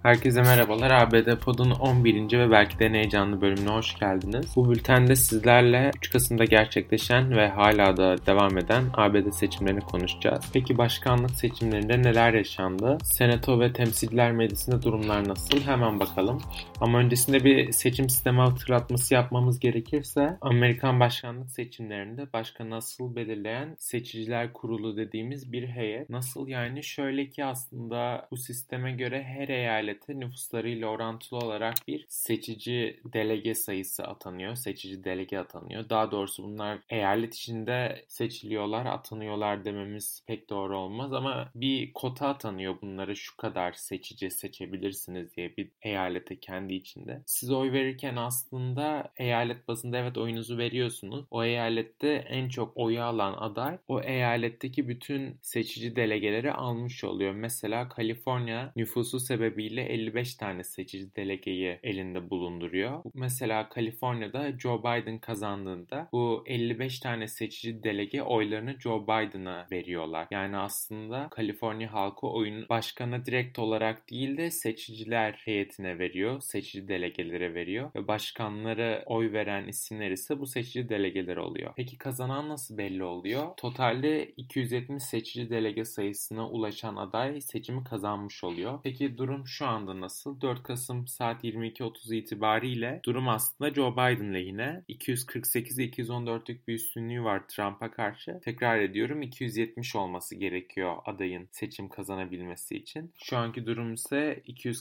Herkese merhabalar. ABD Pod'un 11. ve belki de en heyecanlı bölümüne hoş geldiniz. Bu bültende sizlerle 3 Kasım'da gerçekleşen ve hala da devam eden ABD seçimlerini konuşacağız. Peki başkanlık seçimlerinde neler yaşandı? Senato ve Temsilciler Meclisi'nde durumlar nasıl? Hemen bakalım. Ama öncesinde bir seçim sistemi hatırlatması yapmamız gerekirse Amerikan başkanlık seçimlerinde başkanı asıl belirleyen Seçiciler Kurulu dediğimiz bir heyet. Nasıl yani? Şöyle ki aslında bu sisteme göre her eyalete nüfuslarıyla orantılı olarak bir seçici delege sayısı atanıyor. Seçici delege atanıyor. Daha doğrusu bunlar eyalet içinde seçiliyorlar, atanıyorlar dememiz pek doğru olmaz ama bir kota atanıyor, bunları şu kadar seçici seçebilirsiniz diye bir eyalete kendi içinde. Siz oy verirken aslında eyalet bazında evet oyunuzu veriyorsunuz. O eyalette en çok oyu alan aday o eyaletteki bütün seçici delegeleri almış oluyor. Mesela Kaliforniya nüfusu sebebiyle 55 tane seçici delegeyi elinde bulunduruyor. Mesela Kaliforniya'da Joe Biden kazandığında bu 55 tane seçici delege oylarını Joe Biden'a veriyorlar. Yani aslında Kaliforniya halkı oyun başkana direkt olarak değil de seçiciler heyetine veriyor. Seçici delegelere veriyor ve başkanlara oy veren isimler ise bu seçici delegeler oluyor. Peki kazanan nasıl belli oluyor? Totalde 270 seçici delege sayısına ulaşan aday seçimi kazanmış oluyor. Peki durum şu anda nasıl? 4 Kasım saat 22.30 itibariyle durum aslında Joe Biden lehine. 248-214'lük bir üstünlüğü var Trump'a karşı. Tekrar ediyorum, 270 olması gerekiyor adayın seçim kazanabilmesi için. Şu anki durum ise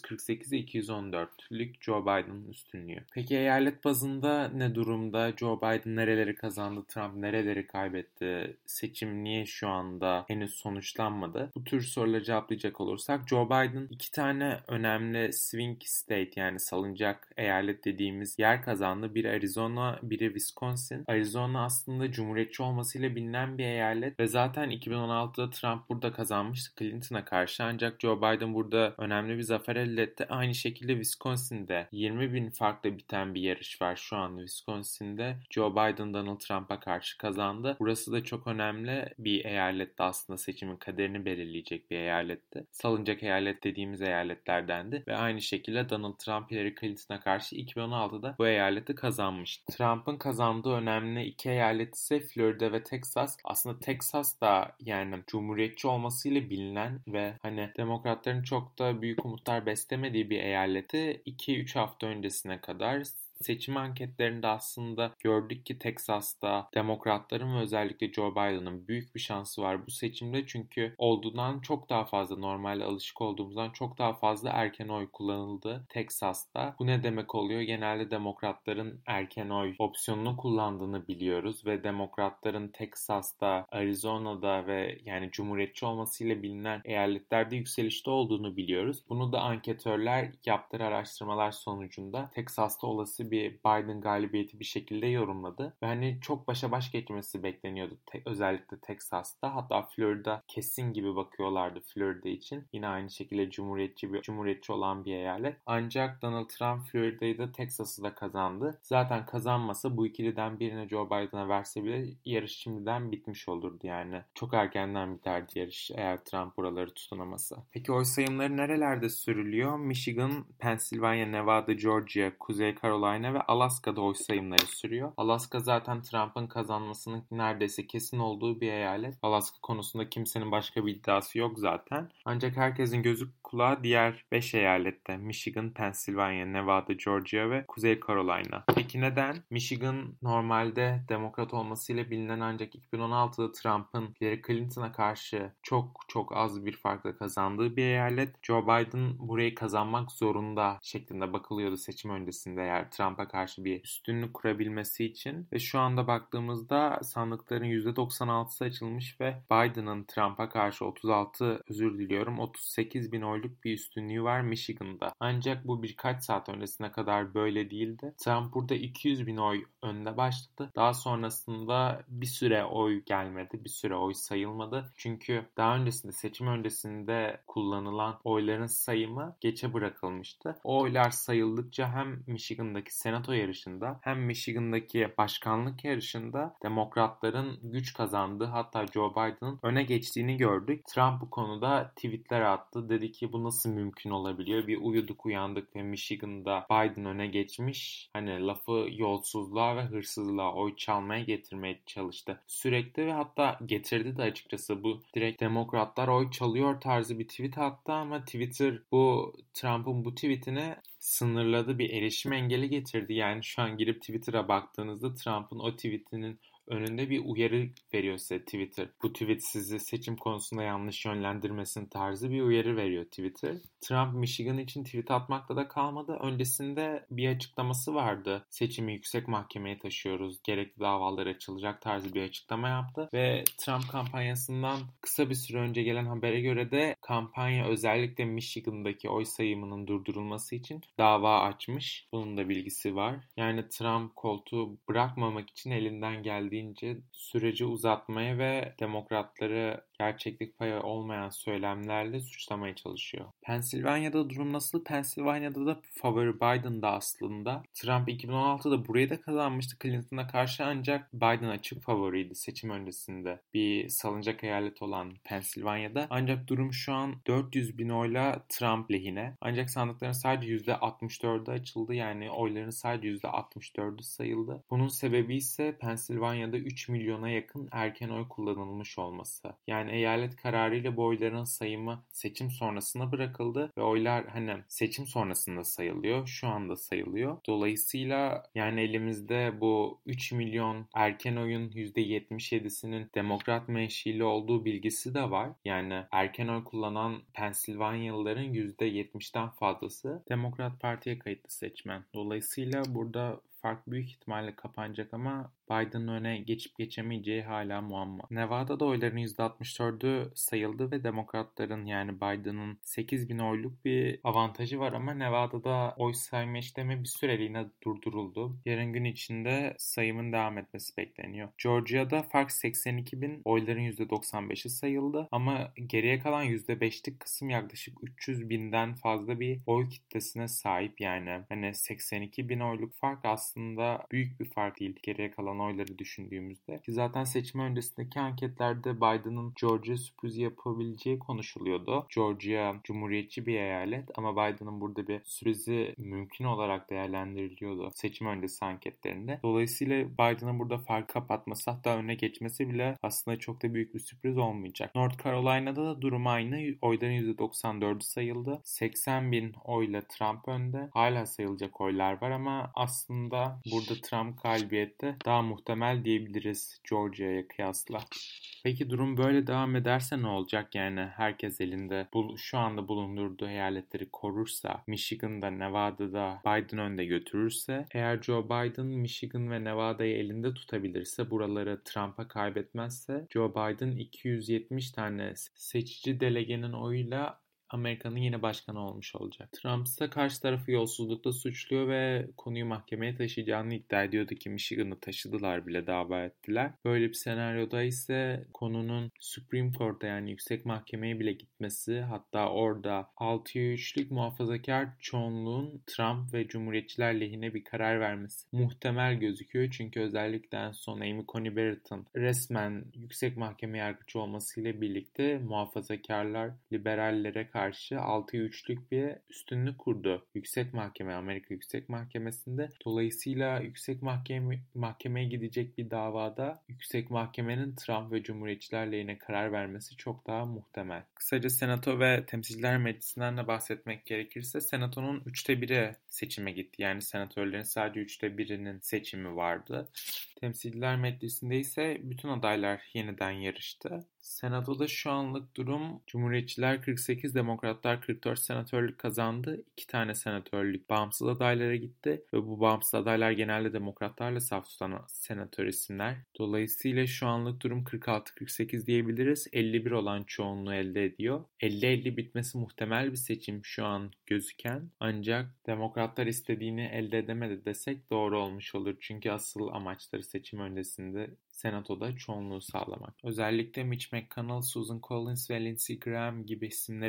248-214'lük Joe Biden'ın üstünlüğü. Peki eyalet bazında ne durumda? Joe Biden nereleri kazandı? Trump nereleri kaybetti? Seçim niye şu anda henüz sonuçlanmadı? Bu tür soruları cevaplayacak olursak Joe Biden iki tane önemli swing state yani salıncak eyalet dediğimiz yer kazandı. Biri Arizona, biri Wisconsin. Arizona aslında cumhuriyetçi olmasıyla bilinen bir eyalet ve zaten 2016'da Trump burada kazanmıştı Clinton'a karşı, ancak Joe Biden burada önemli bir zafer elde etti. Aynı şekilde Wisconsin'de 20 bin farkla biten bir yarış var şu an Wisconsin'de. Joe Biden Donald Trump'a karşı kazandı. Burası da çok önemli bir eyalette, aslında seçimin kaderini belirleyecek bir eyalette. Salıncak eyalet dediğimiz eyaletlerdendi ve aynı şekilde Donald Trump Hillary Clinton'a karşı 2016'da bu eyaleti kazanmıştı. Trump'ın kazandığı önemli iki eyalet ise Florida ve Texas. Aslında Texas da yani cumhuriyetçi olmasıyla bilinen ve hani demokratların çok da büyük umutlar beslemediği bir eyaleti 2-3 hafta öncesine kadar seçim anketlerinde aslında gördük ki Teksas'ta demokratların ve özellikle Joe Biden'ın büyük bir şansı var bu seçimde. Çünkü olduğundan çok daha fazla, normalde alışık olduğumuzdan çok daha fazla erken oy kullanıldı Teksas'ta. Bu ne demek oluyor? Genelde demokratların erken oy opsiyonunu kullandığını biliyoruz ve demokratların Teksas'ta, Arizona'da ve yani cumhuriyetçi olmasıyla bilinen eyaletlerde yükselişte olduğunu biliyoruz. Bunu da anketörler yaptığı araştırmalar sonucunda Teksas'ta olası bir Biden galibiyeti bir şekilde yorumladı. Ve hani çok başa baş geçmesi bekleniyordu özellikle Teksas'ta. Hatta Florida kesin gibi bakıyorlardı Florida için. Yine aynı şekilde cumhuriyetçi olan bir eyalet. Ancak Donald Trump Florida'yı da Teksas'ı da kazandı. Zaten kazanmasa bu ikiliden birine Joe Biden'a verse bile yarış şimdiden bitmiş olurdu yani. Çok erkenden biterdi yarış eğer Trump buraları tutunamasa. Peki oy sayımları nerelerde sürülüyor? Michigan, Pennsylvania, Nevada, Georgia, Kuzey Carolina ve Alaska'da oy sayımları sürüyor. Alaska zaten Trump'ın kazanmasının neredeyse kesin olduğu bir eyalet. Alaska konusunda kimsenin başka bir iddiası yok zaten. Ancak herkesin gözü kulağı diğer 5 eyalette. Michigan, Pennsylvania, Nevada, Georgia ve Kuzey Carolina. Peki neden? Michigan normalde demokrat olmasıyla bilinen ancak 2016'da Trump'ın Hillary Clinton'a karşı çok az bir farkla kazandığı bir eyalet. Joe Biden burayı kazanmak zorunda şeklinde bakılıyordu seçim öncesinde eğer Trump'a karşı bir üstünlük kurabilmesi için. Ve şu anda baktığımızda sandıkların %96'sı açılmış ve Biden'ın Trump'a karşı 38 bin oyluk bir üstünlüğü var Michigan'da. Ancak bu birkaç saat öncesine kadar böyle değildi. Trump burada 200 bin oy önde başladı. Daha sonrasında bir süre oy gelmedi, bir süre oy sayılmadı. Çünkü daha öncesinde, seçim öncesinde kullanılan oyların sayımı geçe bırakılmıştı. O oylar sayıldıkça hem Michigan'daki Michigan'daki senato yarışında hem Michigan'daki başkanlık yarışında demokratların güç kazandığı, hatta Joe Biden'ın öne geçtiğini gördük. Trump bu konuda tweetler attı. Dedi ki bu nasıl mümkün olabiliyor? Bir uyuduk uyandık ve Michigan'da Biden öne geçmiş. Hani lafı yolsuzluğa ve hırsızlığa, oy çalmaya getirmeye çalıştı sürekli ve hatta getirdi de açıkçası. Bu direkt demokratlar oy çalıyor tarzı bir tweet attı ama Twitter bu Trump'ın bu tweetine sınırladı, bir erişim engeli getirdi. Yani şu an girip Twitter'a baktığınızda Trump'ın o tweetinin önünde bir uyarı veriyor size Twitter. Bu tweet sizi seçim konusunda yanlış yönlendirmesin tarzı bir uyarı veriyor Twitter. Trump Michigan için tweet atmakla da kalmadı. Öncesinde bir açıklaması vardı. Seçimi yüksek mahkemeye taşıyoruz, gerekli davalar açılacak tarzı bir açıklama yaptı. Ve Trump kampanyasından kısa bir süre önce gelen habere göre de kampanya özellikle Michigan'daki oy sayımının durdurulması için dava açmış. Bunun da bilgisi var. Yani Trump koltuğu bırakmamak için elinden geldiğince süreci uzatmaya ve demokratları gerçeklik payı olmayan söylemlerle suçlamaya çalışıyor. Pensilvanya'da durum nasıl? Pensilvanya'da da favori Biden'da aslında. Trump 2016'da burayı da kazanmıştı Clinton'a karşı, ancak Biden açık favoriydi seçim öncesinde. Bir salıncak eyalet olan Pensilvanya'da. Ancak durum şu an 400 bin oyla Trump lehine. Ancak sandıkların sadece %64'ü açıldı. Yani oyların sadece %64'ü sayıldı. Bunun sebebi ise Pensilvanya'da 3 milyona yakın erken oy kullanılmış olması. Yani eyalet kararıyla bu oyların sayımı seçim sonrasına bırakıldı ve oylar hani seçim sonrasında sayılıyor, şu anda sayılıyor. Dolayısıyla yani elimizde bu 3 milyon erken oyun %77'sinin demokrat menşili olduğu bilgisi de var. Yani erken oy kullanan Pensilvanyalıların %70'den fazlası Demokrat Parti'ye kayıtlı seçmen. Dolayısıyla burada fark büyük ihtimalle kapanacak ama Biden'ın öne geçip geçemeyeceği hala muamma. Nevada'da oyların %64'ü sayıldı ve demokratların yani Biden'ın 8 bin oyluk bir avantajı var ama Nevada'da oy sayma işlemi bir süreliğine durduruldu. Yarın gün içinde sayımın devam etmesi bekleniyor. Georgia'da fark 82 bin, oyların %95'i sayıldı ama geriye kalan %5'lik kısım yaklaşık 300 binden fazla bir oy kitlesine sahip. Yani hani 82 bin oyluk fark aslında büyük bir fark değil geriye kalan oyları düşündüğümüzde. Ki zaten seçim öncesindeki anketlerde Biden'ın Georgia sürprizi yapabileceği konuşuluyordu. Georgia cumhuriyetçi bir eyalet ama Biden'ın burada bir sürprizi mümkün olarak değerlendiriliyordu seçim öncesi anketlerinde. Dolayısıyla Biden'ın burada fark kapatması, hatta öne geçmesi bile aslında çok da büyük bir sürpriz olmayacak. North Carolina'da da durum aynı. Oyların %94'ü sayıldı. 80 bin oyla Trump önde. Hala sayılacak oylar var ama aslında burada Trump galibiyette daha muhtemel diyebiliriz Georgia'ya kıyasla. Peki durum böyle devam ederse ne olacak? Yani herkes elinde şu anda bulundurduğu eyaletleri korursa, Michigan'da, Nevada'da Biden önde götürürse, eğer Joe Biden Michigan ve Nevada'yı elinde tutabilirse, buraları Trump'a kaybetmezse, Joe Biden 270 tane seçici delegenin oyuyla Amerika'nın yeni başkanı olmuş olacak. Trump ise karşı tarafı yolsuzlukla suçluyor ve konuyu mahkemeye taşıyacağını iddia ediyordu ki Michigan'ı taşıdılar bile, dava ettiler. Böyle bir senaryoda ise konunun Supreme Court'a yani yüksek mahkemeye bile gitmesi, hatta orada 6'ya 3'lük muhafazakar çoğunluğun Trump ve Cumhuriyetçiler lehine bir karar vermesi muhtemel gözüküyor. Çünkü özellikle en son Amy Coney Barrett'ın resmen yüksek mahkeme yargıcı olmasıyla birlikte muhafazakarlar liberallere karşı 6'ya 3'lük bir üstünlük kurdu Yüksek Mahkeme, Amerika Yüksek Mahkemesi'nde. Dolayısıyla mahkemeye gidecek bir davada Yüksek Mahkemenin Trump ve Cumhuriyetçiler lehine karar vermesi çok daha muhtemel. Kısaca Senato ve Temsilciler Meclisi'nden de bahsetmek gerekirse, Senato'nun 3'te 1'i seçime gitti. Yani senatörlerin sadece 3'te 1'inin seçimi vardı. Temsilciler Meclisi'nde ise bütün adaylar yeniden yarıştı. Senato'da şu anlık durum Cumhuriyetçiler 48, Demokratlar 44 senatörlük kazandı. 2 tane senatörlük bağımsız adaylara gitti ve bu bağımsız adaylar genelde demokratlarla saf tutan senatör isimler. Dolayısıyla şu anlık durum 46-48 diyebiliriz. 51 olan çoğunluğu elde ediyor. 50-50 bitmesi muhtemel bir seçim şu an gözüken. Ancak demokratlar istediğini elde edemedi desek doğru olmuş olur. Çünkü asıl amaçları seçim öncesinde Senato'da çoğunluğu sağlamak. Özellikle Mitch McConnell, Susan Collins ve Lindsey Graham gibi isimlerin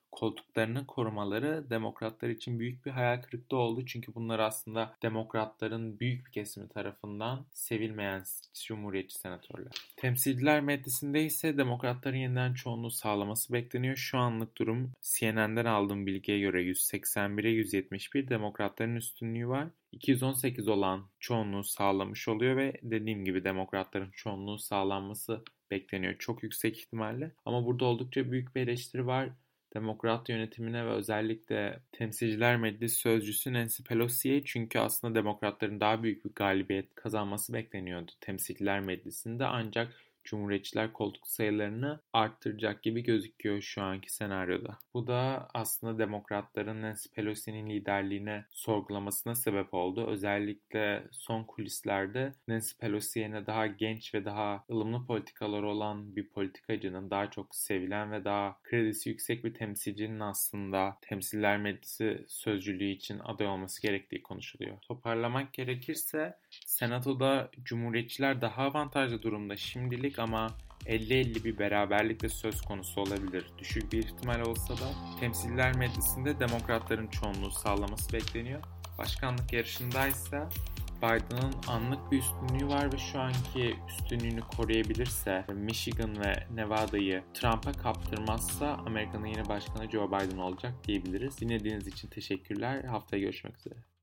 koltuklarını korumaları demokratlar için büyük bir hayal kırıklığı oldu. Çünkü bunlar aslında demokratların büyük bir kesimi tarafından sevilmeyen cumhuriyetçi senatörler. Temsilciler Meclisi'nde ise demokratların yeniden çoğunluğu sağlaması bekleniyor. Şu anlık durum CNN'den aldığım bilgiye göre 181'e 171 demokratların üstünlüğü var. 218 olan çoğunluğu sağlamış oluyor ve dediğim gibi demokratların çoğunluğu sağlanması bekleniyor çok yüksek ihtimalle. Ama burada oldukça büyük bir eleştiri var. Demokrat yönetimine ve özellikle Temsilciler Meclisi Sözcüsü Nancy Pelosi'ye, çünkü aslında demokratların daha büyük bir galibiyet kazanması bekleniyordu Temsilciler Meclisi'nde, ancak Cumhuriyetçiler koltuk sayılarını arttıracak gibi gözüküyor şu anki senaryoda. Bu da aslında demokratların Nancy Pelosi'nin liderliğine sorgulamasına sebep oldu. Özellikle son kulislerde Nancy Pelosi yerine daha genç ve daha ılımlı politikaları olan bir politikacının, daha çok sevilen ve daha kredisi yüksek bir temsilcinin aslında Temsiller Meclisi sözcülüğü için aday olması gerektiği konuşuluyor. Toparlamak gerekirse Senato'da Cumhuriyetçiler daha avantajlı durumda şimdilik ama 50-50 bir beraberlik de söz konusu olabilir. Düşük bir ihtimal olsa da Temsiller Meclisi'nde demokratların çoğunluğu sağlaması bekleniyor. Başkanlık yarışındaysa Biden'ın anlık bir üstünlüğü var ve şu anki üstünlüğünü koruyabilirse, Michigan ve Nevada'yı Trump'a kaptırmazsa Amerika'nın yeni başkanı Joe Biden olacak diyebiliriz. Dinlediğiniz için teşekkürler. Haftaya görüşmek üzere.